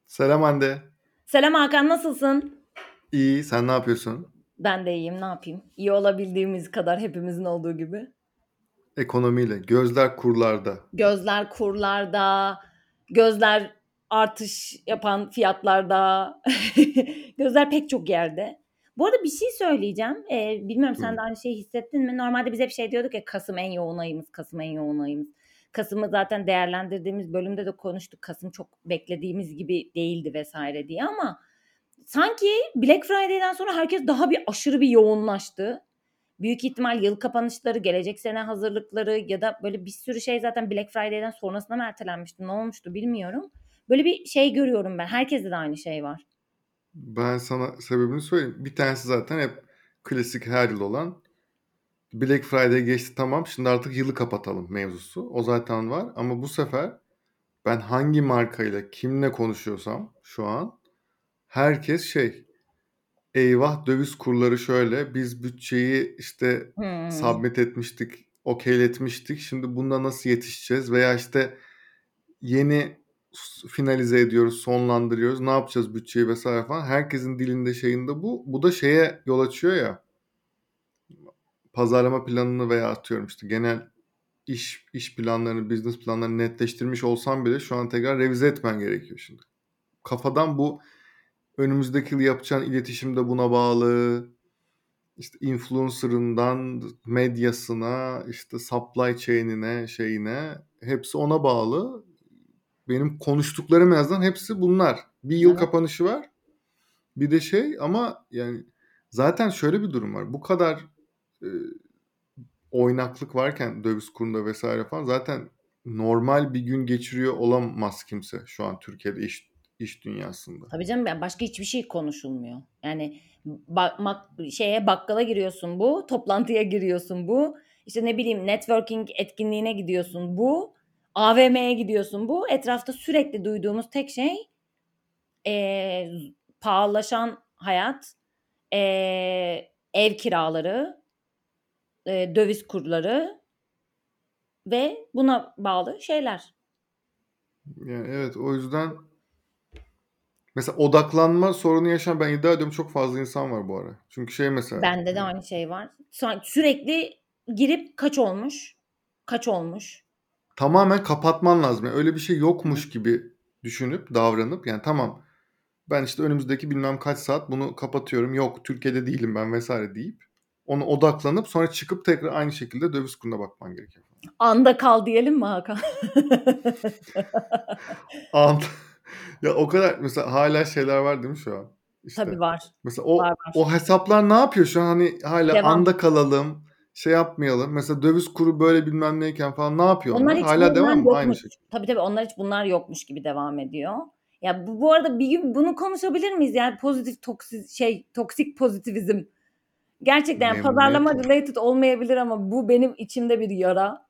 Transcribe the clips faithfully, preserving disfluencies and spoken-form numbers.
Selam Hande. Selam Hakan, nasılsın? İyi, sen ne yapıyorsun? Ben de iyiyim, ne yapayım? İyi olabildiğimiz kadar hepimizin olduğu gibi. Ekonomiyle. Gözler kurlarda. Gözler kurlarda, gözler artış yapan fiyatlarda, gözler pek çok yerde. Bu arada bir şey söyleyeceğim. Ee, bilmiyorum sen Hı. de aynı şeyi hissettin mi? Normalde biz hep şey diyorduk ya Kasım en yoğun ayımız, Kasım en yoğun ayımız. Kasım'ı zaten değerlendirdiğimiz bölümde de konuştuk. Kasım çok beklediğimiz gibi değildi vesaire diye ama sanki Black Friday'den sonra herkes daha bir aşırı bir yoğunlaştı. Büyük ihtimal yıl kapanışları, gelecek sene hazırlıkları ya da böyle bir sürü şey zaten Black Friday'den sonrasına mı ertelenmişti, ne olmuştu bilmiyorum. Böyle bir şey görüyorum ben. Herkeste de aynı şey var. Ben sana sebebini söyleyeyim. Bir tanesi zaten hep klasik her yıl olan. Black Friday geçti tamam. Şimdi artık yılı kapatalım mevzusu. O zaten var. Ama bu sefer ben hangi markayla kimle konuşuyorsam şu an herkes şey eyvah döviz kurları şöyle biz bütçeyi işte Hımm. submit etmiştik, okeyletmiştik. Şimdi bunda nasıl yetişeceğiz veya işte yeni finalize ediyoruz, sonlandırıyoruz. Ne yapacağız bütçeyi vesaire falan. Herkesin dilinde şeyinde bu. Bu da şeye yol açıyor ya. Pazarlama planını veya atıyorum işte genel iş iş planlarını, business planlarını netleştirmiş olsam bile şu an tekrar revize etmen gerekiyor şimdi. Kafadan bu önümüzdeki yıl yapacağın iletişim de buna bağlı. İşte influencer'ından medyasına, işte supply chain'ine, şeyine hepsi ona bağlı. Benim konuştuklarım en azından hepsi bunlar. Bir yıl Evet. kapanışı var. Bir de şey ama yani zaten şöyle bir durum var. Bu kadar e, oynaklık varken döviz kurunda vesaire falan zaten normal bir gün geçiriyor olamaz kimse şu an Türkiye'de iş iş dünyasında. Tabii canım ben başka hiçbir şey konuşulmuyor. Yani bakmak şeye bakkala giriyorsun bu, toplantıya giriyorsun bu, işte ne bileyim networking etkinliğine gidiyorsun bu, A V M'ye gidiyorsun bu. Etrafta sürekli duyduğumuz tek şey eee, pahalılaşan hayat, eee, ev kiraları, eee, döviz kurları ve buna bağlı şeyler. Yani evet o yüzden mesela odaklanma sorunu yaşayan ben iddia ediyorum çok fazla insan var bu ara. Çünkü şey mesela Bende de hani aynı şey var. Sürekli girip kaç olmuş, kaç olmuş. tamamen kapatman lazım. Yani öyle bir şey Hı. yokmuş gibi düşünüp davranıp yani tamam ben işte önümüzdeki bilmem kaç saat bunu kapatıyorum. Yok Türkiye'de değilim ben vesaire deyip ona odaklanıp sonra çıkıp tekrar aynı şekilde döviz kuruna bakman gerekiyor. Anda kal diyelim mi Hakan? Ant ya o kadar mesela hala şeyler var değil mi şu an? Tabii İşte var. mesela Var o var. o hesaplar ne yapıyor şu an hani hala Devam. anda kalalım şey yapmayalım. Mesela döviz kuru böyle bilmem neyken falan ne yapıyor Onlar onlar? hiç Hala bunlar devam mı? Aynı yokmuş. şey. Tabii tabii onlar hiç bunlar yokmuş gibi devam ediyor. Ya bu, bu arada bir gün bunu konuşabilir miyiz? Yani pozitif toksik şey toksik pozitivizm. Gerçekten yani pazarlama Memnuniyetle. related olmayabilir ama bu benim içimde bir yara.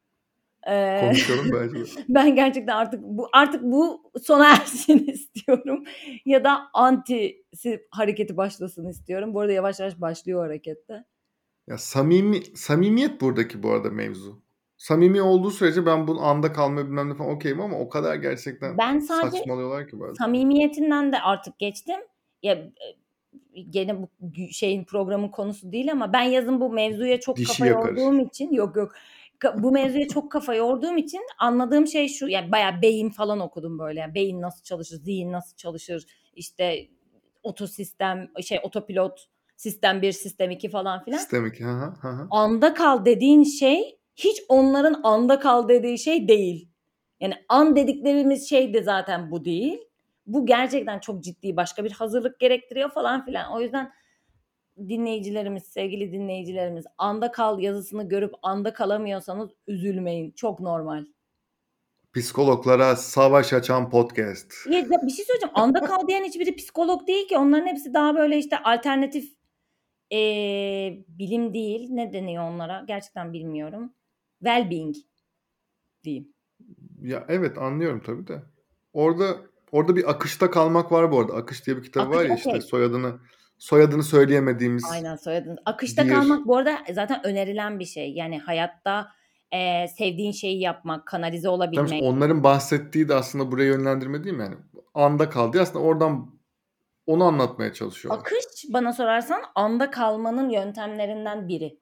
Ee, Konuşalım bence de. ben gerçekten artık bu artık bu sona ersin istiyorum ya da antisi hareketi başlasın istiyorum. Bu arada yavaş yavaş başlıyor o harekette. Ya samimi samimiyet buradaki bu arada mevzu. Samimi olduğu sürece ben bunun anda kalma bilmem ne falan okeyim ama o kadar gerçekten Ben sadece saçmalıyorlar ki bazen. samimiyetinden de artık geçtim. Ya e, gene bu gü- şeyin programın konusu değil ama ben yazın bu mevzuya çok Dişi kafa yakarız. yorduğum için yok yok Ka- bu mevzuya çok kafa yorduğum için anladığım şey şu yani bayağı beyin falan okudum böyle yani beyin nasıl çalışır zihin nasıl çalışır işte otosistem şey otopilot sistem bir sistem iki falan filan Sistemik. Hı hı hı hı. anda kal dediğin şey hiç onların anda kal dediği şey değil. Yani an dediklerimiz şey de zaten bu değil. Bu gerçekten çok ciddi başka bir hazırlık gerektiriyor falan filan. O yüzden dinleyicilerimiz, sevgili dinleyicilerimiz anda kal yazısını görüp anda kalamıyorsanız üzülmeyin. Çok normal. Psikologlara savaş açan podcast. Ya, ya bir şey söyleyeceğim. Anda kal diyen hiçbiri psikolog değil ki. Onların hepsi daha böyle işte alternatif eee, bilim değil. Ne deniyor onlara? Gerçekten bilmiyorum. Well-being diyeyim. Ya evet anlıyorum tabii de. Orada orada bir akışta kalmak var bu arada. Akış diye bir kitabı Akış var ya işte okey. soyadını soyadını söyleyemediğimiz Aynen soyadın. Akışta bir kalmak bu arada zaten önerilen bir şey. Yani hayatta eee, sevdiğin şeyi yapmak, kanalize tabii olabilmek. onların bahsettiği de aslında buraya yönlendirme değil mi yani? anda kaldı. Aslında oradan onu anlatmaya çalışıyorlar. Akış bana sorarsan anda kalmanın yöntemlerinden biri.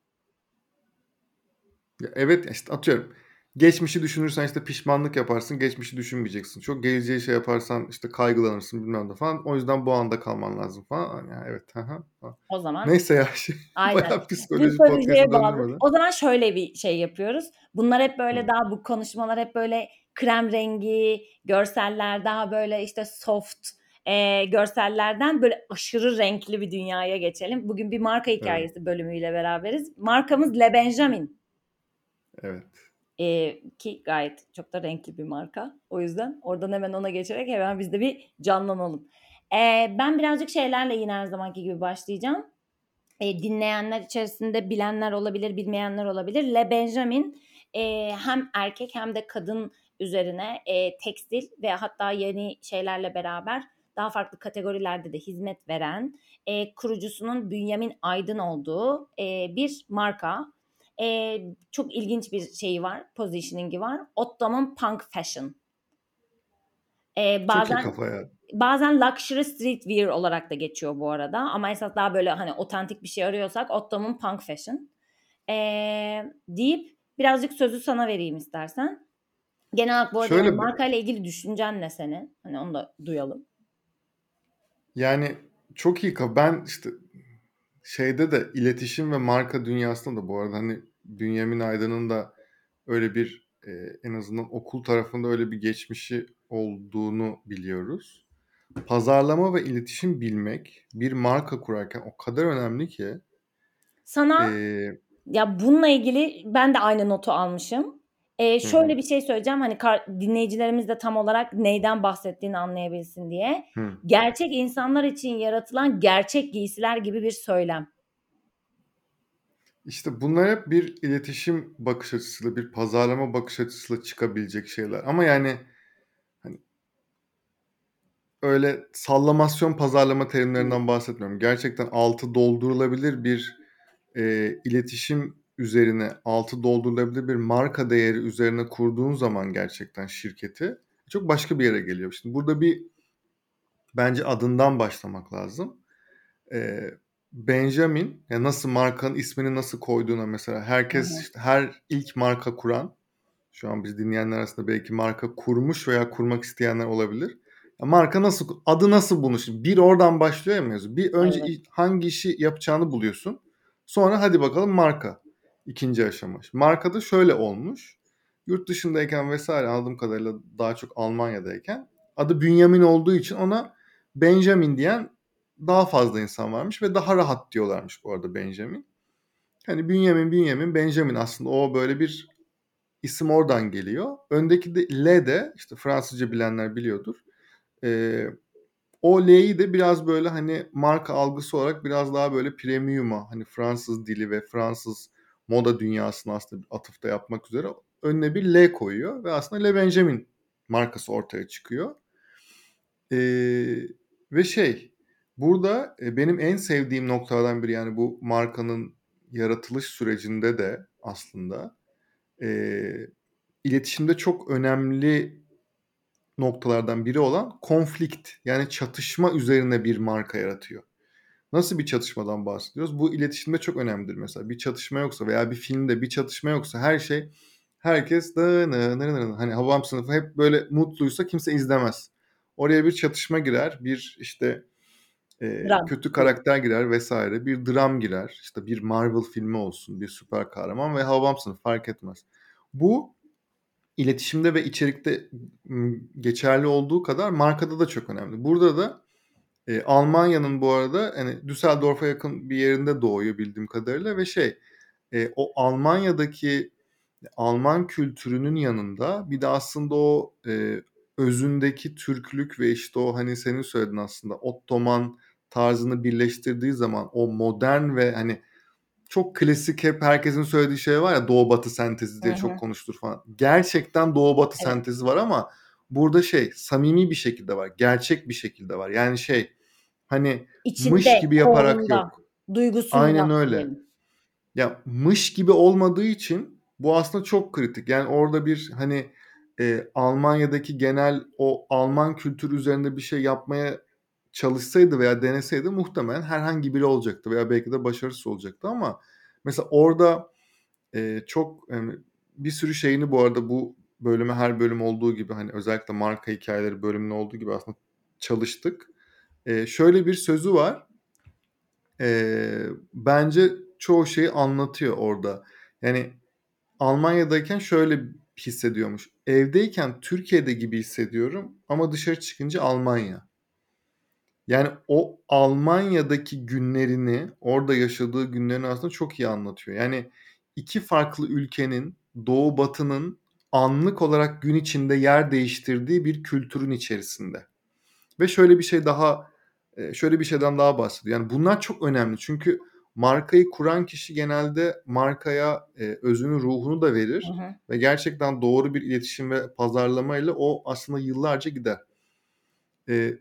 Ya evet işte atıyorum. Geçmişi düşünürsen işte pişmanlık yaparsın. Geçmişi düşünmeyeceksin. Çok geleceği şey yaparsan işte kaygılanırsın bilmem ne falan. O yüzden bu anda kalman lazım falan. Yani evet. Aha, falan. O zaman Neyse ya şey, aynen. bayağı psikoloji Psikolojiye podcast'a bağlı. döndürmeden. O zaman şöyle bir şey yapıyoruz. Bunlar hep böyle Hı. daha bu konuşmalar hep böyle krem rengi, görseller daha böyle işte soft e, görsellerden böyle aşırı renkli bir dünyaya geçelim. Bugün bir marka Evet. hikayesi bölümüyle beraberiz. Markamız Le Benjamin. Evet. E, ki gayet çok da renkli bir marka. O yüzden oradan hemen ona geçerek hemen biz de bir canlanalım. E, ben birazcık şeylerle yine her zamanki gibi başlayacağım. E, dinleyenler içerisinde bilenler olabilir, bilmeyenler olabilir. Le Benjamin e, hem erkek hem de kadın üzerine e, tekstil ve hatta yeni şeylerle beraber daha farklı kategorilerde de hizmet veren e, kurucusunun Bünyamin Aydın olduğu e, bir marka. E, çok ilginç bir şeyi var, positioning'i var. Ottoman Punk Fashion. E, Çok iyi bazen kafa ya. Bazen luxury streetwear olarak da geçiyor bu arada. Ama esas daha böyle hani otantik bir şey arıyorsak Ottoman Punk Fashion. Ee, deyip birazcık sözü sana vereyim istersen. Genel olarak bu arada yani Şöyle markayla ilgili düşüncen ne senin? Hani onu da duyalım. yani çok iyi kafa. Ben işte şeyde de iletişim ve marka dünyasında da bu arada hani Bünyamin Aydın'ın da öyle bir e, en azından okul tarafında öyle bir geçmişi olduğunu biliyoruz. Pazarlama ve iletişim bilmek bir marka kurarken o kadar önemli ki. Sana E, ya bununla ilgili ben de aynı notu almışım. Ee, hı şöyle hı, bir şey söyleyeceğim hani kar- dinleyicilerimiz de tam olarak neyden bahsettiğini anlayabilsin diye. hı. Gerçek insanlar için yaratılan gerçek giysiler gibi bir söylem. İşte bunlar hep bir iletişim bakış açısıyla, bir pazarlama bakış açısıyla çıkabilecek şeyler. Ama yani hani öyle sallamasyon pazarlama terimlerinden bahsetmiyorum. Gerçekten altı doldurulabilir bir e, iletişim üzerine, altı doldurulabilir bir marka değeri üzerine kurduğun zaman gerçekten şirketi çok başka bir yere geliyor. Şimdi burada bir bence adından başlamak lazım. E, Benjamin, ya nasıl markanın ismini nasıl koyduğuna mesela Hı herkes hı. işte her ilk marka kuran, şu an biz dinleyenler arasında belki marka kurmuş veya kurmak isteyenler olabilir. Ya marka nasıl, adı nasıl bunu şimdi? Bir oradan başlıyor ya mevzu. Bir önce Evet. hangi işi yapacağını buluyorsun. Sonra hadi bakalım marka. İkinci aşama. Şimdi markada şöyle olmuş. Yurt dışındayken vesaire anladığım kadarıyla daha çok Almanya'dayken adı Bünyamin olduğu için ona Benjamin diyen daha fazla insan varmış ve daha rahat diyorlarmış bu arada Benjamin. Hani Bünyamin, Bünyamin, Benjamin aslında o böyle bir isim oradan geliyor. Öndeki de L de işte Fransızca bilenler biliyordur. Ee, O L'yi de biraz böyle hani marka algısı olarak biraz daha böyle premium'a hani Fransız dili ve Fransız moda dünyasına aslında bir atıfta yapmak üzere önüne bir L koyuyor ve aslında Le Benjamin markası ortaya çıkıyor. Ee, Ve şey burada e, benim en sevdiğim noktalardan biri yani bu markanın yaratılış sürecinde de aslında e, iletişimde çok önemli noktalardan biri olan konflikt yani çatışma üzerine bir marka yaratıyor. Nasıl bir çatışmadan bahsediyoruz? Bu iletişimde çok önemlidir mesela. Bir çatışma yoksa veya bir filmde bir çatışma yoksa her şey herkes da hani Hababam Sınıfı hep böyle mutluysa kimse izlemez. Oraya bir çatışma girer, bir işte e, Dram kötü diyelim. karakter girer vesaire, bir dram girer. İşte bir Marvel filmi olsun, bir süper kahraman ve Hababam Sınıfı fark etmez. Bu iletişimde ve içerikte geçerli olduğu kadar markada da çok önemli. Burada da e, Almanya'nın bu arada hani Düsseldorf'a yakın bir yerinde doğuyor bildiğim kadarıyla ve şey e, o Almanya'daki Alman kültürünün yanında bir de aslında o e, özündeki Türklük ve işte o hani senin söylediğin aslında Ottoman tarzını birleştirdiği zaman o modern ve hani çok klasik hep herkesin söylediği şey var ya Doğu Batı sentezi Hı diye çok hı. konuştur falan. Gerçekten Doğu Batı Evet. sentezi var ama burada şey samimi bir şekilde var. Gerçek bir şekilde var. Yani şey hani mış İçinde, gibi yaparak core'unda, yok. Aynen duygusunda öyle. diyelim. Ya mış gibi olmadığı için bu aslında çok kritik. Yani orada bir hani eee, Almanya'daki genel o Alman kültürü üzerinde bir şey yapmaya çalışsaydı veya deneseydi muhtemelen herhangi biri olacaktı veya belki de başarısız olacaktı ama mesela orada, eee, çok, hani, bir sürü şeyini bu arada bu bölüme her bölüm olduğu gibi, hani, özellikle marka hikâyeleri bölümünde olduğu gibi aslında çalıştık. Eee, şöyle bir sözü var. Eee, bence çoğu şeyi anlatıyor orada. Yani Almanya'dayken şöyle hissediyormuş. Evdeyken Türkiye'de gibi hissediyorum ama dışarı çıkınca Almanya. Yani o Almanya'daki günlerini, orada yaşadığı günlerini aslında çok iyi anlatıyor. Yani iki farklı ülkenin, Doğu Batı'nın anlık olarak gün içinde yer değiştirdiği bir kültürün içerisinde. Ve şöyle bir şey daha, eee, şöyle bir şeyden daha bahsediyor. Yani bunlar çok önemli çünkü markayı kuran kişi genelde markaya, eee, özünü, ruhunu da Hı verir hı. ve gerçekten doğru bir iletişim ve pazarlamayla o aslında yıllarca gider. Eee,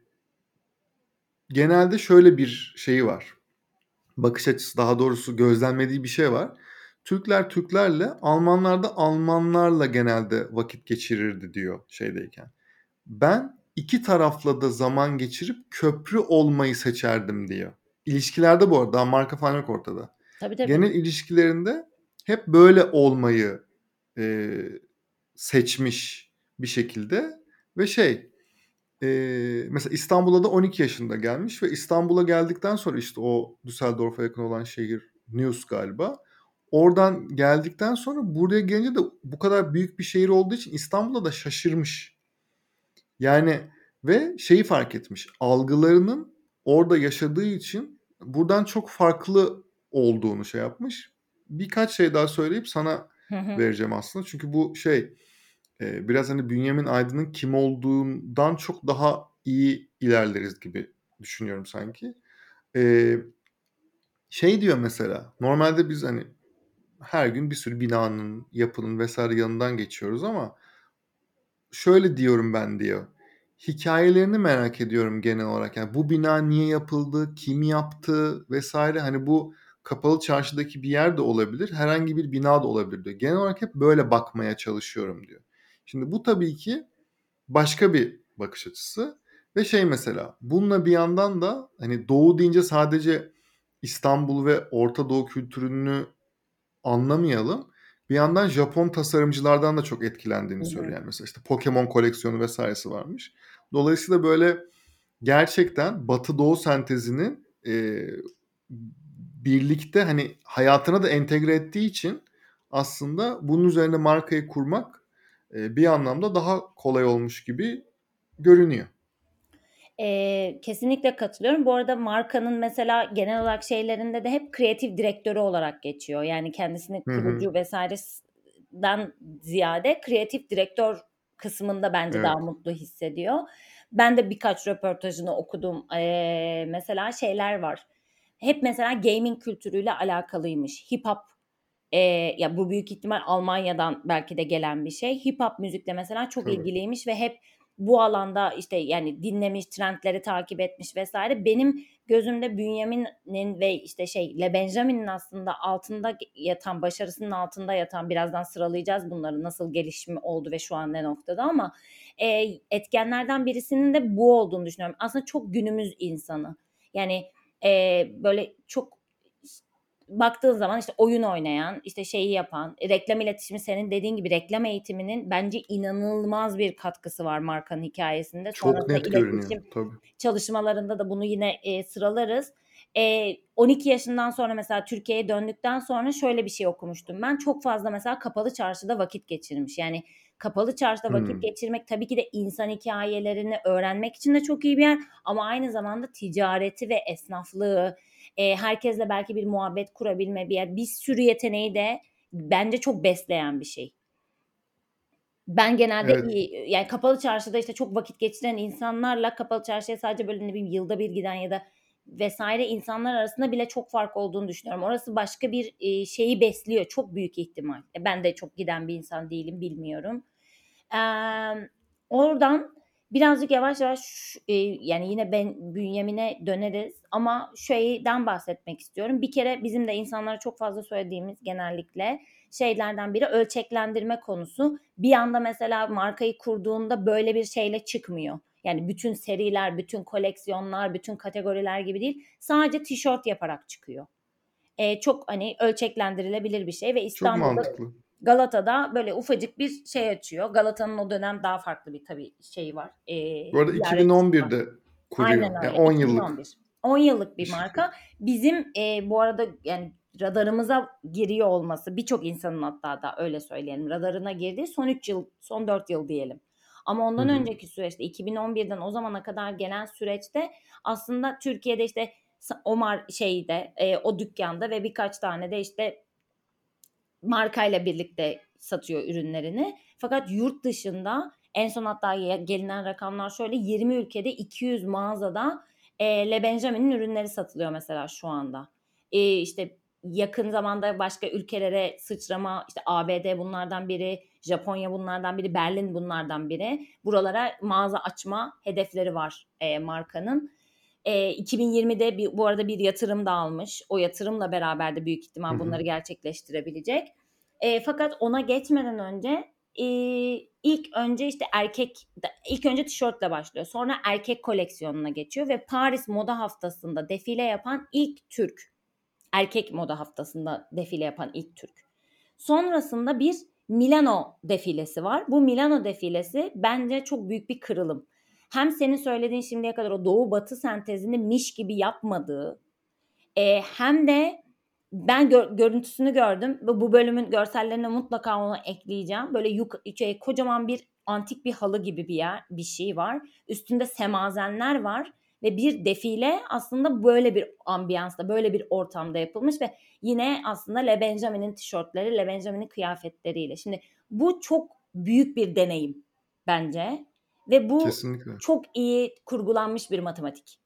genelde şöyle bir şeyi var, bakış açısı, daha doğrusu gözlemlediği bir şey var. Türkler Türklerle, Almanlar da Almanlarla genelde vakit geçirirdi diyor şeydeyken. Ben iki tarafla da zaman geçirip köprü olmayı seçerdim diyor. İlişkilerde bu arada daha marka falan yok ortada. Tabii tabii. Genel ilişkilerinde hep böyle olmayı eee, seçmiş bir şekilde ve şey eee, mesela İstanbul'a da on iki yaşında gelmiş ve İstanbul'a geldikten sonra işte o Düsseldorf'a yakın olan şehir Neuss galiba. Oradan geldikten sonra buraya gelince de bu kadar büyük bir şehir olduğu için İstanbul'a da şaşırmış. Yani ve şeyi fark etmiş, algılarının orada yaşadığı için buradan çok farklı olduğunu şey yapmış. Birkaç şey daha söyleyip sana Hı hı. vereceğim aslında. Çünkü bu şey, eee, biraz hani Bünyamin Aydın'ın kim olduğundan çok daha iyi ilerleriz gibi düşünüyorum sanki. Eee, şey diyor mesela, normalde biz hani her gün bir sürü binanın, yapının vesaire yanından geçiyoruz ama şöyle diyorum ben diyor. Hikâyelerini merak ediyorum genel olarak. Yani bu bina niye yapıldı, kim yaptı vesaire. Hani bu kapalı çarşıdaki bir yer de olabilir, herhangi bir bina da olabilir diyor. Genel olarak hep böyle bakmaya çalışıyorum diyor. Şimdi bu tabii ki başka bir bakış açısı ve şey mesela bununla bir yandan da hani Doğu deyince sadece İstanbul ve Orta Doğu kültürünü anlamayalım. Bir yandan Japon tasarımcılardan da çok etkilendiğini Hı söylüyor. hı. Yani mesela işte Pokemon koleksiyonu vesairesi varmış. Dolayısıyla böyle gerçekten Batı Doğu sentezini eee, birlikte hani hayatına da entegre ettiği için aslında bunun üzerine markayı kurmak eee, bir anlamda daha kolay olmuş gibi görünüyor. Eee, kesinlikle katılıyorum. Bu arada markanın mesela genel olarak şeylerinde de hep kreatif direktörü olarak geçiyor. Yani kendisini Hı hı. kurucu vesaire s den ziyade kreatif direktör kısmında bence daha Evet. mutlu hissediyor. Ben de birkaç röportajını okudum. Eee, mesela şeyler var. Hep mesela gaming kültürüyle alakalıymış. Hip hop, eee, ya, bu büyük ihtimal Almanya'dan belki de gelen bir şey. Hip hop müzikle mesela çok Tabii. ilgiliymiş ve hep bu alanda, işte, yani, dinlemiş, trendleri takip etmiş vesaire. Benim gözümde Bünyamin'in ve, işte, şey, Le Benjamin'in aslında altında g yatan, başarısının altında yatan, birazdan sıralayacağız bunları, nasıl gelişimi oldu ve şu an ne noktada ama, eee, etkenlerden birisinin de bu olduğunu düşünüyorum. Aslında çok günümüz insanı. Yani, eee, böyle çok baktığın zaman, işte, oyun oynayan, işte, şeyi yapan, reklam iletişimi senin dediğin gibi reklam eğitiminin bence inanılmaz bir katkısı var markanın hikâyesinde. Çok Sonrasında net görünüyor. iletişim Tabii. çalışmalarında da bunu yine, eee, sıralarız. Eee, on iki yaşından sonra mesela Türkiye'ye döndükten sonra şöyle bir şey okumuştum ben. Çok fazla mesela kapalı çarşıda vakit geçirmiş. Yani kapalı çarşıda vakit Hımm. geçirmek tabii ki de insan hikâyelerini öğrenmek için de çok iyi bir yer ama aynı zamanda ticareti ve esnaflığı, eee, herkesle belki bir muhabbet kurabilme, bir yer, bir sürü yeteneği de bence çok besleyen bir şey. Ben genelde, Evet. iii, yani, kapalı çarşıda, işte, çok vakit geçiren insanlarla kapalı çarşıya sadece, böyle, ne bileyim, yılda bir giden ya da vesaire insanlar arasında bile çok fark olduğunu düşünüyorum. Orası başka bir, iii, şeyi besliyor çok büyük ihtimal. E, ben de çok giden bir insan değilim, bilmiyorum. Emm, oradan birazcık yavaş yavaş ş- e, yani yine ben Bünyamin'e döneriz ama şeyden bahsetmek istiyorum. Bir kere bizim de insanlara çok fazla söylediğimiz genellikle şeylerden biri ölçeklendirme konusu. Bir anda mesela markayı kurduğunda böyle bir şeyle çıkmıyor. Yani bütün seriler, bütün koleksiyonlar, bütün kategoriler gibi değil. Sadece tişört yaparak çıkıyor. E, çok hani ölçeklendirilebilir bir şey ve Çok İstanbul'da mantıklı. Galata'da böyle ufacık bir şey açıyor. Galata'nın o dönem daha farklı bir tabii şeyi var. E, Bu arada ziyaretçisi var. iki bin on birde kuruyor. Aynen Yani öyle. on yıllık iki bin on bir. on yıllık bir bir şirket. marka. Bizim e, bu arada yani radarımıza giriyor olması birçok insanın hatta da öyle söyleyelim. Radarına girdiği son üç yıl, son dört yıl diyelim. Ama Hı ondan hı. önceki süreçte iki bin on birden o zamana kadar gelen süreçte aslında Türkiye'de işte Omar şeyde e, o dükkanda ve birkaç tane de işte markayla birlikte satıyor ürünlerini. Fakat yurt dışında en son hatta gelinen rakamlar şöyle yirmi ülkede iki yüz mağazada e, Le Benjamin'in ürünleri satılıyor mesela şu anda. E, işte yakın zamanda başka ülkelere sıçrama işte A B D bunlardan biri, Japonya bunlardan biri, Berlin bunlardan biri. Buralara mağaza açma hedefleri var e, markanın. E, iki bin yirmide bir, bu arada bir yatırım da almış. O yatırımla beraber de büyük Hı ihtimal hı. bunları gerçekleştirebilecek. E, fakat ona geçmeden önce e, ilk önce işte erkek ilk önce tişörtle başlıyor. Sonra erkek koleksiyonuna geçiyor ve Paris Moda Haftası'nda defile yapan ilk Türk. Erkek moda haftasında defile yapan ilk Türk. Sonrasında bir Milano defilesi var. Bu Milano defilesi bence çok büyük bir kırılım. Hem senin söylediğin şimdiye kadar o doğu batı sentezini miş gibi yapmadığı e, hem de ben gör, görüntüsünü gördüm. Bu bölümün görsellerine mutlaka onu ekleyeceğim. Böyle yuk, şey, kocaman bir antik bir halı gibi bir yer, bir şey var. Üstünde semazenler var ve bir defile aslında böyle bir ambiyansta, böyle bir ortamda yapılmış ve yine aslında Le Benjamin'in tişörtleri, Le Benjamin'in kıyafetleriyle. Şimdi bu çok büyük bir deneyim bence ve bu Kesinlikle. çok iyi kurgulanmış bir matematik.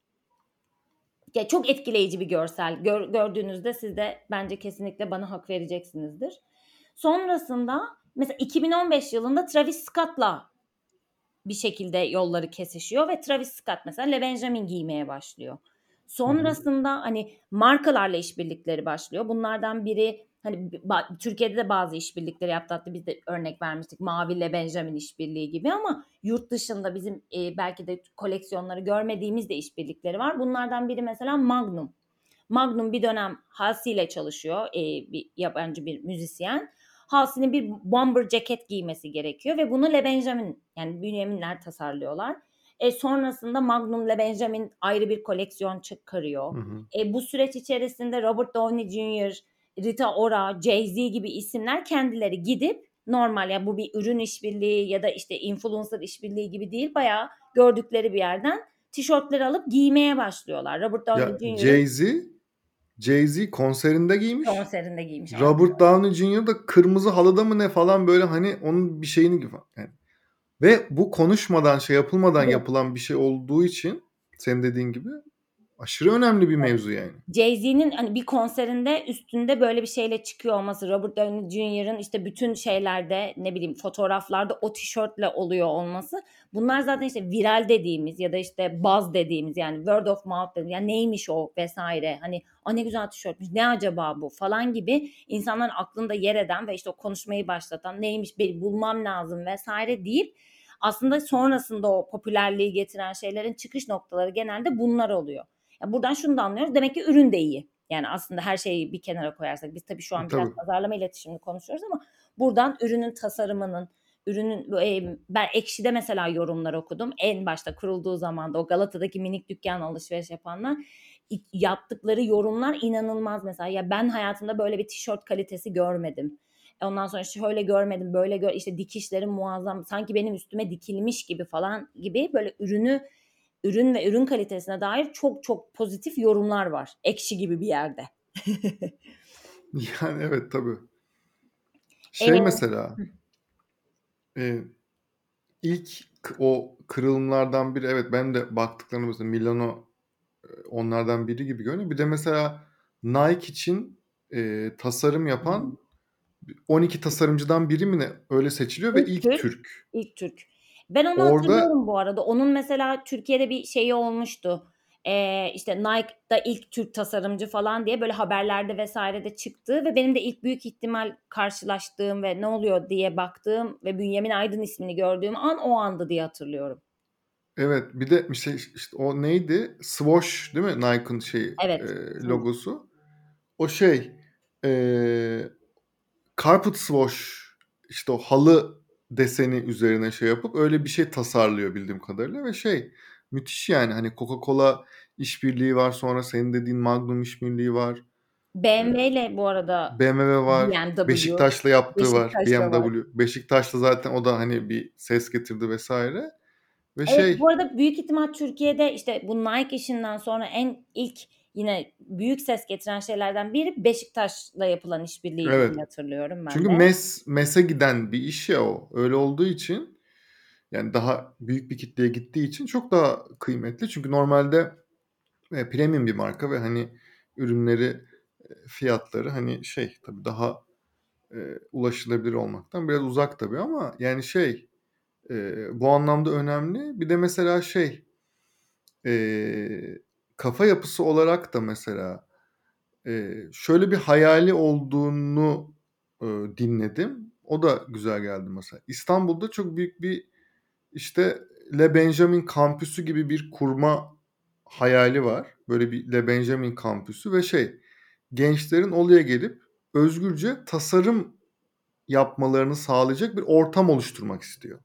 Ya çok etkileyici bir görsel. Gör, gördüğünüzde siz de bence kesinlikle bana hak vereceksinizdir. Sonrasında mesela iki bin on beş yılında Travis Scott'la bir şekilde yolları kesişiyor ve Travis Scott mesela Le Benjamin giymeye başlıyor. Hı hı. Sonrasında hani markalarla işbirlikleri başlıyor. Bunlardan biri hani Türkiye'de de bazı işbirlikleri yaptı. Hatta biz de örnek vermiştik. Mavi Le Benjamin işbirliği gibi ama yurt dışında bizim e, belki de koleksiyonları görmediğimiz de işbirlikleri var. Bunlardan biri mesela Magnum. Magnum bir dönem Halsey ile çalışıyor. E, bir yabancı bir müzisyen. Halsey'nin bir bomber ceket giymesi gerekiyor ve bunu Le Benjamin yani Bünyaminler tasarlıyorlar. E, sonrasında Magnum Le Benjamin ayrı bir koleksiyon çıkarıyor. Hı hı. E, bu süreç içerisinde Robert Downey junior, Rita Ora, Jay-Z gibi isimler kendileri gidip normal ya bu bir ürün işbirliği ya da işte influencer işbirliği gibi değil bayağı gördükleri bir yerden tişörtleri alıp giymeye başlıyorlar. Robert Downey Ya junior'ın Jay-Z Jay-Z konserinde giymiş. konserinde giymiş. Aynen. Robert Downey junior da kırmızı halıda mı ne falan böyle hani onun bir şeyini gibi. Yani. Ve bu konuşmadan şey yapılmadan Evet. yapılan bir şey olduğu için senin dediğin gibi aşırı önemli bir mevzu yani. Jay-Z'nin hani bir konserinde üstünde böyle bir şeyle çıkıyor olması, Robert Downey junior'ın işte bütün şeylerde ne bileyim fotoğraflarda o tişörtle oluyor olması. Bunlar zaten işte viral dediğimiz ya da işte buzz dediğimiz yani word of mouth dediğimiz yani neymiş o vesaire. Hani o ne güzel tişörtmüş ne acaba bu falan gibi insanların aklında yer eden ve işte o konuşmayı başlatan neymiş beni bulmam lazım vesaire deyip aslında sonrasında o popülerliği getiren şeylerin çıkış noktaları genelde bunlar oluyor. Ya buradan şunu da anlıyoruz. Demek ki ürün de iyi. Yani aslında her şeyi bir kenara koyarsak biz tabii şu an biraz Tabii. pazarlama iletişimini konuşuyoruz ama buradan ürünün tasarımının, ürünün ben Ekşi'de mesela yorumlar okudum. En başta kurulduğu zamanda o Galata'daki minik dükkan alışveriş yapanlar yaptıkları yorumlar inanılmaz mesela. Ya ben hayatımda böyle bir tişört kalitesi görmedim. Ondan sonra şöyle görmedim, böyle gör işte dikişlerim muazzam. Sanki benim üstüme dikilmiş gibi falan gibi böyle ürünü ürün ve ürün kalitesine dair çok çok pozitif yorumlar var. Ekşi gibi bir yerde. Yani evet tabii. Ee, Şey mesela e, ilk o kırılımlardan biri evet ben de baktıklarım mesela Milano onlardan biri gibi görünüyor. Bir de mesela Nike için e, tasarım yapan on iki tasarımcıdan biri mi ne öyle seçiliyor ve ilk ilk Türk, Türk. ilk Türk. Ben onu Orada hatırlıyorum bu arada. Onun mesela Türkiye'de bir şeyi olmuştu. Eee, işte Nike'da ilk Türk tasarımcı falan diye böyle haberlerde vesairede çıktı ve benim de ilk büyük ihtimal karşılaştığım ve ne oluyor diye baktığım ve Bünyamin Aydın ismini gördüğüm an o andı diye hatırlıyorum. Evet, bir de işte, işte o neydi? Swoosh değil mi? Nike'ın şey e, Evet. logosu. O şey e, carpet swoosh, işte o halı deseni üzerine şey yapıp öyle bir şey tasarlıyor bildiğim kadarıyla ve şey müthiş yani hani Coca-Cola işbirliği var, sonra senin dediğin Magnum işbirliği var. E, B M W ile bu arada B M W var. B M W, Beşiktaş'la yaptığı var. Beşiktaş'la var. B M W. Beşiktaş'ta zaten o da hani bir ses getirdi vesaire. Ve Evet, bu şey arada büyük ihtimal Türkiye'de işte bu Nike işinden sonra en ilk yine büyük ses getiren şeylerden biri Beşiktaş'la yapılan işbirliğiydi evet. diye hatırlıyorum ben Çünkü de. mes mese giden bir iş ya o. Öyle olduğu için yani daha büyük bir kitleye gittiği için çok daha kıymetli. Çünkü normalde e, premium bir marka ve hani ürünleri e, fiyatları hani şey tabii daha e, ulaşılabilir olmaktan biraz uzak tabii ama yani şey e, bu anlamda önemli. Bir de mesela şey e, kafa yapısı olarak da mesela e, şöyle bir hayali olduğunu e, dinledim. O da güzel geldi mesela. İstanbul'da çok büyük bir işte Le Benjamin kampüsü gibi bir kurma hayali var. Böyle bir Le Benjamin kampüsü ve şey gençlerin oraya gelip özgürce tasarım yapmalarını sağlayacak bir ortam oluşturmak istiyor.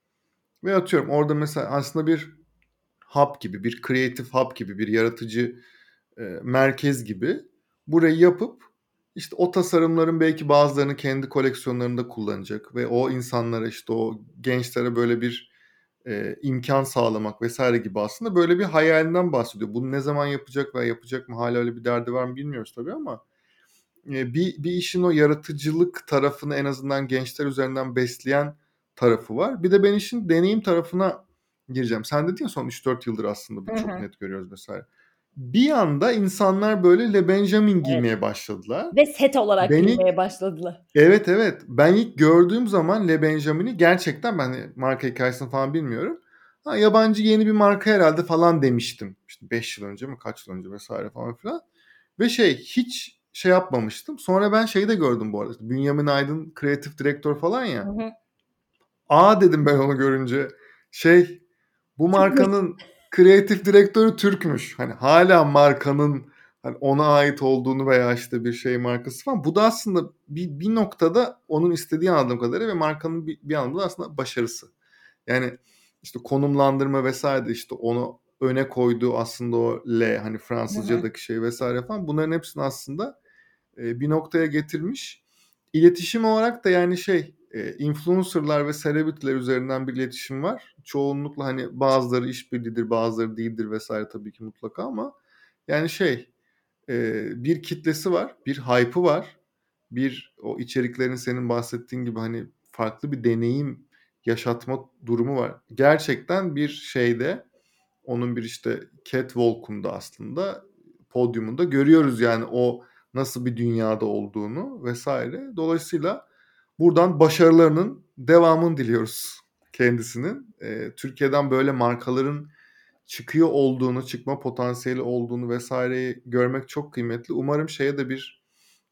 Ve atıyorum orada mesela aslında bir hub gibi, bir creative hub gibi, bir yaratıcı e, merkez gibi burayı yapıp işte o tasarımların belki bazılarını kendi koleksiyonlarında kullanacak ve o insanlara işte o gençlere böyle bir e, imkan sağlamak vesaire gibi aslında böyle bir hayalinden bahsediyor. Bunu ne zaman yapacak veya yapacak mı hala öyle bir derdi var mı bilmiyoruz tabii ama e, bir, bir işin o yaratıcılık tarafını en azından gençler üzerinden besleyen tarafı var. Bir de ben işin deneyim tarafına gireceğim. Sen dedin ya son üç dört yıldır aslında Hı bu çok hı. net görüyoruz vesaire. Bir anda insanlar böyle Le Benjamin Evet. giymeye başladılar. Ve set olarak Ben ilk giymeye başladılar. evet evet ben ilk gördüğüm zaman Le Benjamin'i gerçekten ben de marka hikayesini falan bilmiyorum. Ha, yabancı yeni bir marka herhalde falan demiştim. İşte beş yıl önce mi kaç yıl önce vesaire falan filan. Ve şey hiç şey yapmamıştım. Sonra ben şeyi de gördüm bu arada. İşte Bünyamin Aydın kreatif direktör falan Hı ya. hı. Aa dedim ben onu görünce. Şey bu Türkmüş. markanın kreatif direktörü Türkmüş. Hani hala markanın hani ona ait olduğunu veya işte bir şey markası falan. Bu da aslında bir, bir noktada onun istediği anladığım kadarıyla ve markanın bir, bir anlamda aslında başarısı. Yani işte konumlandırma vesaire de işte onu öne koyduğu aslında o L hani Hı hı. Fransızcadaki şey vesaire falan bunların hepsini aslında e, bir noktaya getirmiş. İletişim olarak da yani şey e, influencerlar ve celebrity'ler üzerinden bir iletişim var. Çoğunlukla hani bazıları işbirliğidir, bazıları değildir vesaire tabii ki mutlaka ama yani şey e, bir kitlesi var, bir hype'ı var. Bir o içeriklerin senin bahsettiğin gibi hani farklı bir deneyim yaşatma durumu var. Gerçekten bir şeyde onun bir işte catwalk'unda aslında podyumunda görüyoruz yani o nasıl bir dünyada olduğunu vesaire. Dolayısıyla buradan başarılarının devamını diliyoruz kendisinin. Ee, Türkiye'den böyle markaların çıkıyor olduğunu, çıkma potansiyeli olduğunu vesaireyi görmek çok kıymetli. Umarım şeye de bir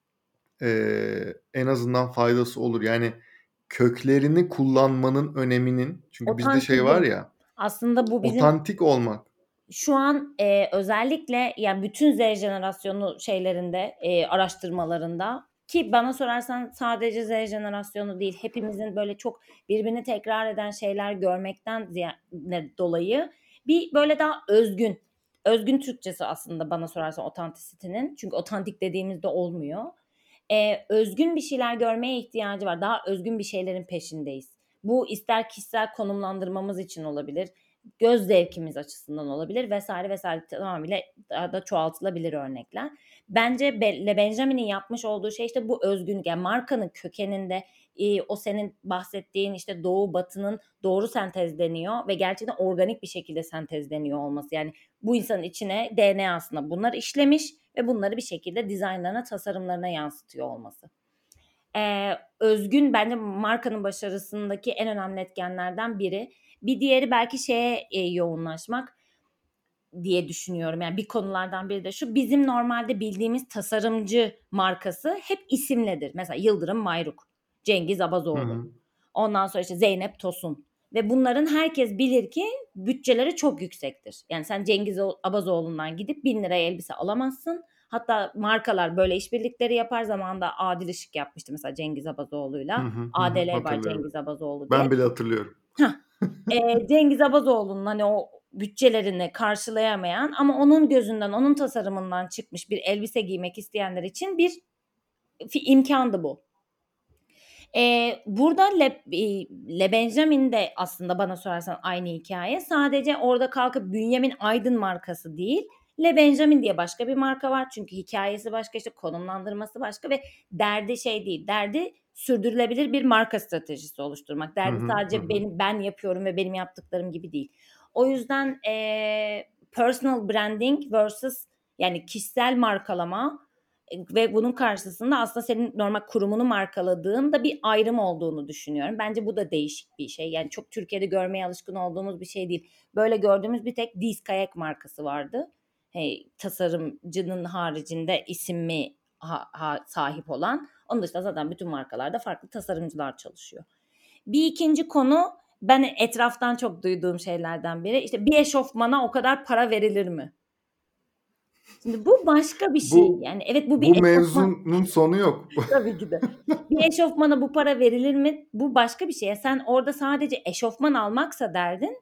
e, en azından faydası olur. Yani köklerini kullanmanın öneminin çünkü bizde şey var Otantizm. ya Aslında bu bizim otantik olmak. şu an, eee, özellikle yani bütün Z jenerasyonu şeylerinde, eee, araştırmalarında ki bana sorarsan sadece Z jenerasyonu değil, hepimizin böyle çok birbirini tekrar eden şeyler görmekten ziya ne dolayı bir böyle daha özgün, özgün Türkçesi aslında bana sorarsan authenticity'nin. Çünkü otantik dediğimizde olmuyor. Eee, özgün bir şeyler görmeye ihtiyacı var. Daha özgün bir şeylerin peşindeyiz. Bu ister kişisel konumlandırmamız için olabilir, göz zevkimiz açısından olabilir vesaire vesaire tamamıyla daha da çoğaltılabilir örnekler. Bence Be- Le Benjamin'in yapmış olduğu şey işte bu özgünlük. Yani markanın kökeninde e, o senin bahsettiğin işte doğu batının doğru sentezleniyor ve gerçekten organik bir şekilde sentezleniyor olması. Yani bu insanın içine D N A'sına bunlar işlemiş ve bunları bir şekilde dizaynlarına, tasarımlarına yansıtıyor olması. Ee, özgün bence markanın başarısındaki en önemli etkenlerden biri. Bir diğeri belki şeye e, yoğunlaşmak diye düşünüyorum. Yani bir konulardan biri de şu: bizim normalde bildiğimiz tasarımcı markası hep isimledir. Mesela Yıldırım Mayruk, Cengiz Hı Abazoğlu. hı. Ondan sonra işte Zeynep Tosun. Ve bunların herkes bilir ki bütçeleri çok yüksektir. Yani sen Cengiz Abazoğlu'ndan gidip bin liraya elbise alamazsın. Hatta markalar böyle işbirlikleri yapar. Zamanında Adil Işık yapmıştı mesela Cengiz Hı Abazoğlu'yla. hı, hı hı. A D L var Hatırlıyorum. Cengiz Abazoğlu diye. Ben bile hatırlıyorum. Hah. Ee, Cengiz Abazoğlu'nun hani o bütçelerini karşılayamayan ama onun gözünden, onun tasarımından çıkmış bir elbise giymek isteyenler için bir fi- imkandı bu. Ee, burada Le, e, Le Benjamin de aslında bana sorarsan aynı hikaye. Sadece orada kalkıp Bünyamin Aydın markası değil, Le Benjamin diye başka bir marka var. Çünkü hikayesi başka, işte konumlandırması başka ve derdi şey değil. Derdi sürdürülebilir bir marka stratejisi oluşturmak. Hı Derdi hı, hı sadece hı. benim, ben yapıyorum ve benim yaptıklarım gibi değil. O yüzden e, personal branding versus yani kişisel markalama ve bunun karşısında aslında senin normal kurumunu markaladığın da bir ayrım olduğunu düşünüyorum. Bence bu da değişik bir şey. Yani çok Türkiye'de görmeye alışkın olduğumuz bir şey değil. Böyle gördüğümüz bir tek Diz Kayak markası vardı. Hey, tasarımcının haricinde isim mi ha, ha, sahip olan. Onun dışında zaten bütün markalarda farklı tasarımcılar çalışıyor. Bir ikinci konu, ben etraftan çok duyduğum şeylerden biri. İşte bir eşofmana o kadar para verilir mi? Şimdi bu başka bir şey. Bu Yani evet, bu bir bu eşofman. mevzunun sonu yok. Tabii ki de. Bir eşofmana bu para verilir mi? Bu başka bir şey. Sen orada sadece eşofman almaksa derdin,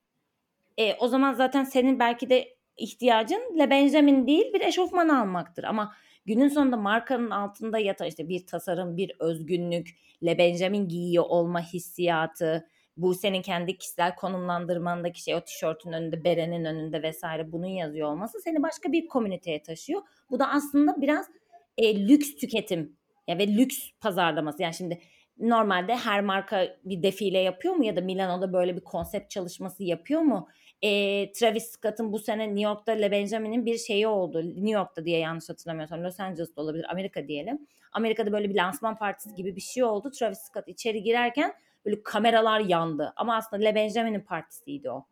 e, o zaman zaten senin belki de ihtiyacın Le Benjamin değil, bir eşofman almaktır. Ama günün sonunda markanın altında yatan işte bir tasarım, bir özgünlük, Le Benjamin giyiyor olma hissiyatı, bu senin kendi kişisel konumlandırmandaki şey, o tişörtün önünde, berenin önünde vesaire bunun yazıyor olması seni başka bir komüniteye taşıyor. Bu da aslında biraz e, lüks tüketim ya ve lüks pazarlaması. Yani şimdi normalde her marka bir defile yapıyor mu ya da Milano'da böyle bir konsept çalışması yapıyor mu? E, Travis Scott'ın bu sene New York'ta Le Benjamin'in bir şeyi oldu. New York'ta diye yanlış hatırlamıyorsam, Los Angeles'ta olabilir, Amerika diyelim. Amerika'da böyle bir lansman partisi gibi bir şey oldu. Travis Scott içeri girerken böyle kameralar yandı. Ama aslında Le Benjamin'in partisiydi o.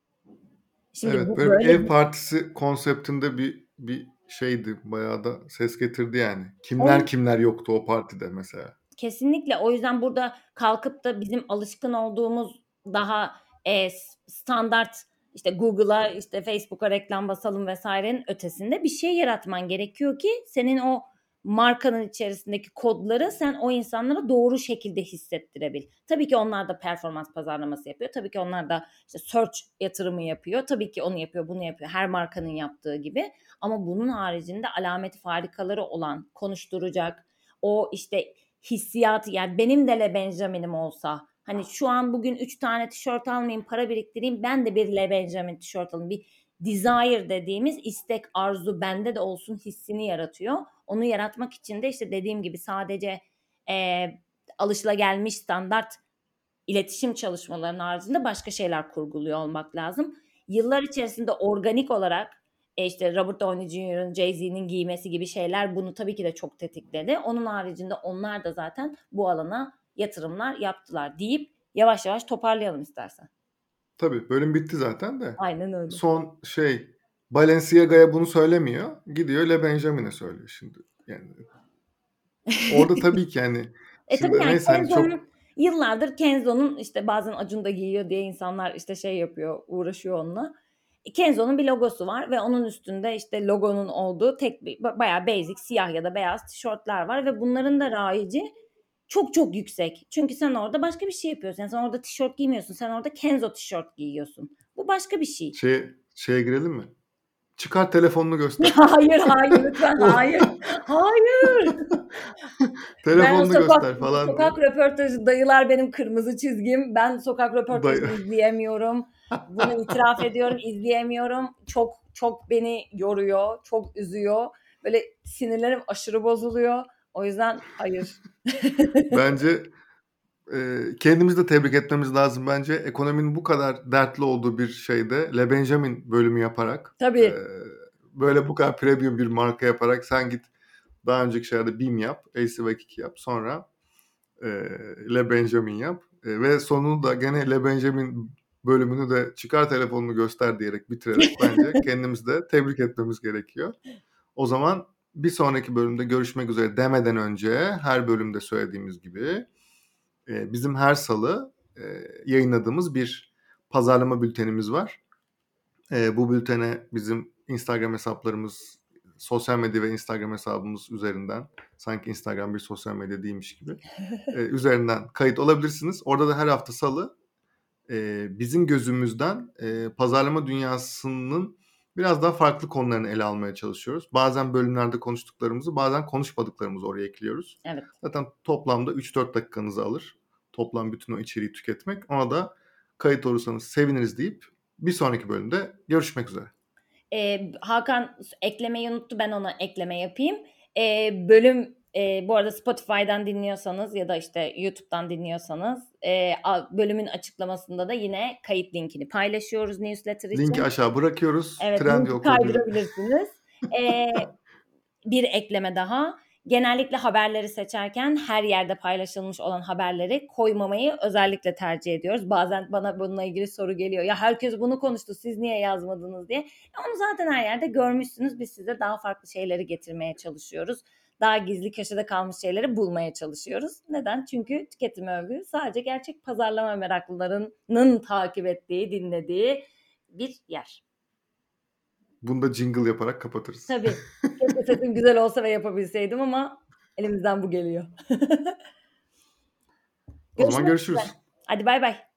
Şimdi Evet, bu böyle bir böyle ev partisi konseptinde bir bir şeydi. Bayağı da ses getirdi yani. o Kimler kimler yoktu o partide mesela. Kesinlikle. O yüzden burada kalkıp da bizim alışkın olduğumuz daha e, standart işte Google'a, işte Facebook'a reklam basalım vesairenin ötesinde bir şey yaratman gerekiyor ki senin o markanın içerisindeki kodları sen o insanlara doğru şekilde hissettirebil. Tabii ki onlar da performans pazarlaması yapıyor. Tabii ki onlar da işte search yatırımı yapıyor. Tabii ki onu yapıyor, bunu yapıyor. Her markanın yaptığı gibi. Ama bunun haricinde alameti farikaları olan, konuşturacak, o işte hissiyatı, yani benim de Le Benjamin'im olsa, hani şu an bugün üç tane tişört almayayım, para biriktireyim, ben de bir Le Benjamin tişört alayım. Bir desire dediğimiz istek, arzu bende de olsun hissini yaratıyor. Onu yaratmak için de işte dediğim gibi sadece e, alışılagelmiş standart iletişim çalışmalarının haricinde başka şeyler kurguluyor olmak lazım. Yıllar içerisinde organik olarak e, işte Robert Downey Junior'ın Jay-Z'nin giymesi gibi şeyler bunu tabii ki de çok tetikledi. Onun haricinde onlar da zaten bu alana yatırımlar yaptılar deyip yavaş yavaş toparlayalım istersen. Tabii bölüm bitti zaten de. Aynen öyle. Son şey, Balenciaga'ya bunu söylemiyor. Gidiyor Le Benjamin'e söylüyor şimdi. Yani orada tabii ki yani E tabii, şimdi yani neyse hani çok Kenzo'nun yıllardır Kenzo'nun işte bazen Acun da giyiyor diye insanlar işte şey yapıyor, uğraşıyor onunla. E, Kenzo'nun bir logosu var ve onun üstünde işte logonun olduğu tek bir ba- bayağı basic siyah ya da beyaz tişörtler var ve bunların da raici çok çok yüksek. Çünkü sen orada başka bir şey yapıyorsun. Yani sen orada tişört giymiyorsun. Sen orada Kenzo tişört giyiyorsun. Bu başka bir şey. şey şeye girelim mi? Çıkar telefonunu göster. Hayır hayır lütfen hayır. Hayır. Ben o Telefonunu sokak göster falan diye. sokak röportajı, dayılar benim kırmızı çizgim. Ben sokak röportajı Dayı. izleyemiyorum. Bunu itiraf ediyorum, izleyemiyorum. Çok çok beni yoruyor, çok üzüyor. Böyle sinirlerim aşırı bozuluyor. O yüzden hayır. Bence e, kendimizi de tebrik etmemiz lazım bence. Ekonominin bu kadar dertli olduğu bir şeyde Le Benjamin bölümü yaparak e, Tabii. böyle bu kadar premium bir marka yaparak sen git daha önceki şeylerde BİM yap, A C Vakiki yap, sonra e, Le Benjamin yap. E, ve sonunu da gene Le Benjamin bölümünü de çıkar telefonunu göster diyerek bitirerek bence kendimizi de tebrik etmemiz gerekiyor. O zaman bir sonraki bölümde görüşmek üzere demeden önce her bölümde söylediğimiz gibi bizim her salı yayınladığımız bir pazarlama bültenimiz var. Bu bültene bizim Instagram hesaplarımız, sosyal medya ve Instagram hesabımız üzerinden, sanki Instagram bir sosyal medya değilmiş gibi, üzerinden kayıt olabilirsiniz. Orada da her hafta salı bizim gözümüzden pazarlama dünyasının biraz daha farklı konularını ele almaya çalışıyoruz. Bazen bölümlerde konuştuklarımızı, bazen konuşmadıklarımızı oraya ekliyoruz. Evet. Zaten toplamda üç dört dakikanızı alır. Toplam bütün o içeriği tüketmek. Ona da kayıt olursanız seviniriz deyip bir sonraki bölümde görüşmek üzere. Ee, Hakan eklemeyi unuttu. Ben ona ekleme yapayım. Ee, bölüm e, bu arada Spotify'dan dinliyorsanız ya da işte YouTube'dan dinliyorsanız e, bölümün açıklamasında da yine kayıt linkini paylaşıyoruz newsletter için. Linki aşağı bırakıyoruz. Evet, Trendyol kaydırabilirsiniz. ee, bir ekleme daha. Genellikle haberleri seçerken her yerde paylaşılmış olan haberleri koymamayı özellikle tercih ediyoruz. Bazen bana bununla ilgili soru geliyor. Ya herkes bunu konuştu, siz niye yazmadınız diye. Ya onu zaten her yerde görmüşsünüz. Biz size daha farklı şeyleri getirmeye çalışıyoruz. Daha gizli köşede kalmış şeyleri bulmaya çalışıyoruz. Neden? Çünkü Tüketim Övgü sadece gerçek pazarlama meraklılarının takip ettiği, dinlediği bir yer. Bunu da jingle yaparak kapatırız. Tabii. Keşke sesim güzel olsa ve yapabilseydim ama elimizden bu geliyor. O zaman görüşürüz. Hadi bay bay.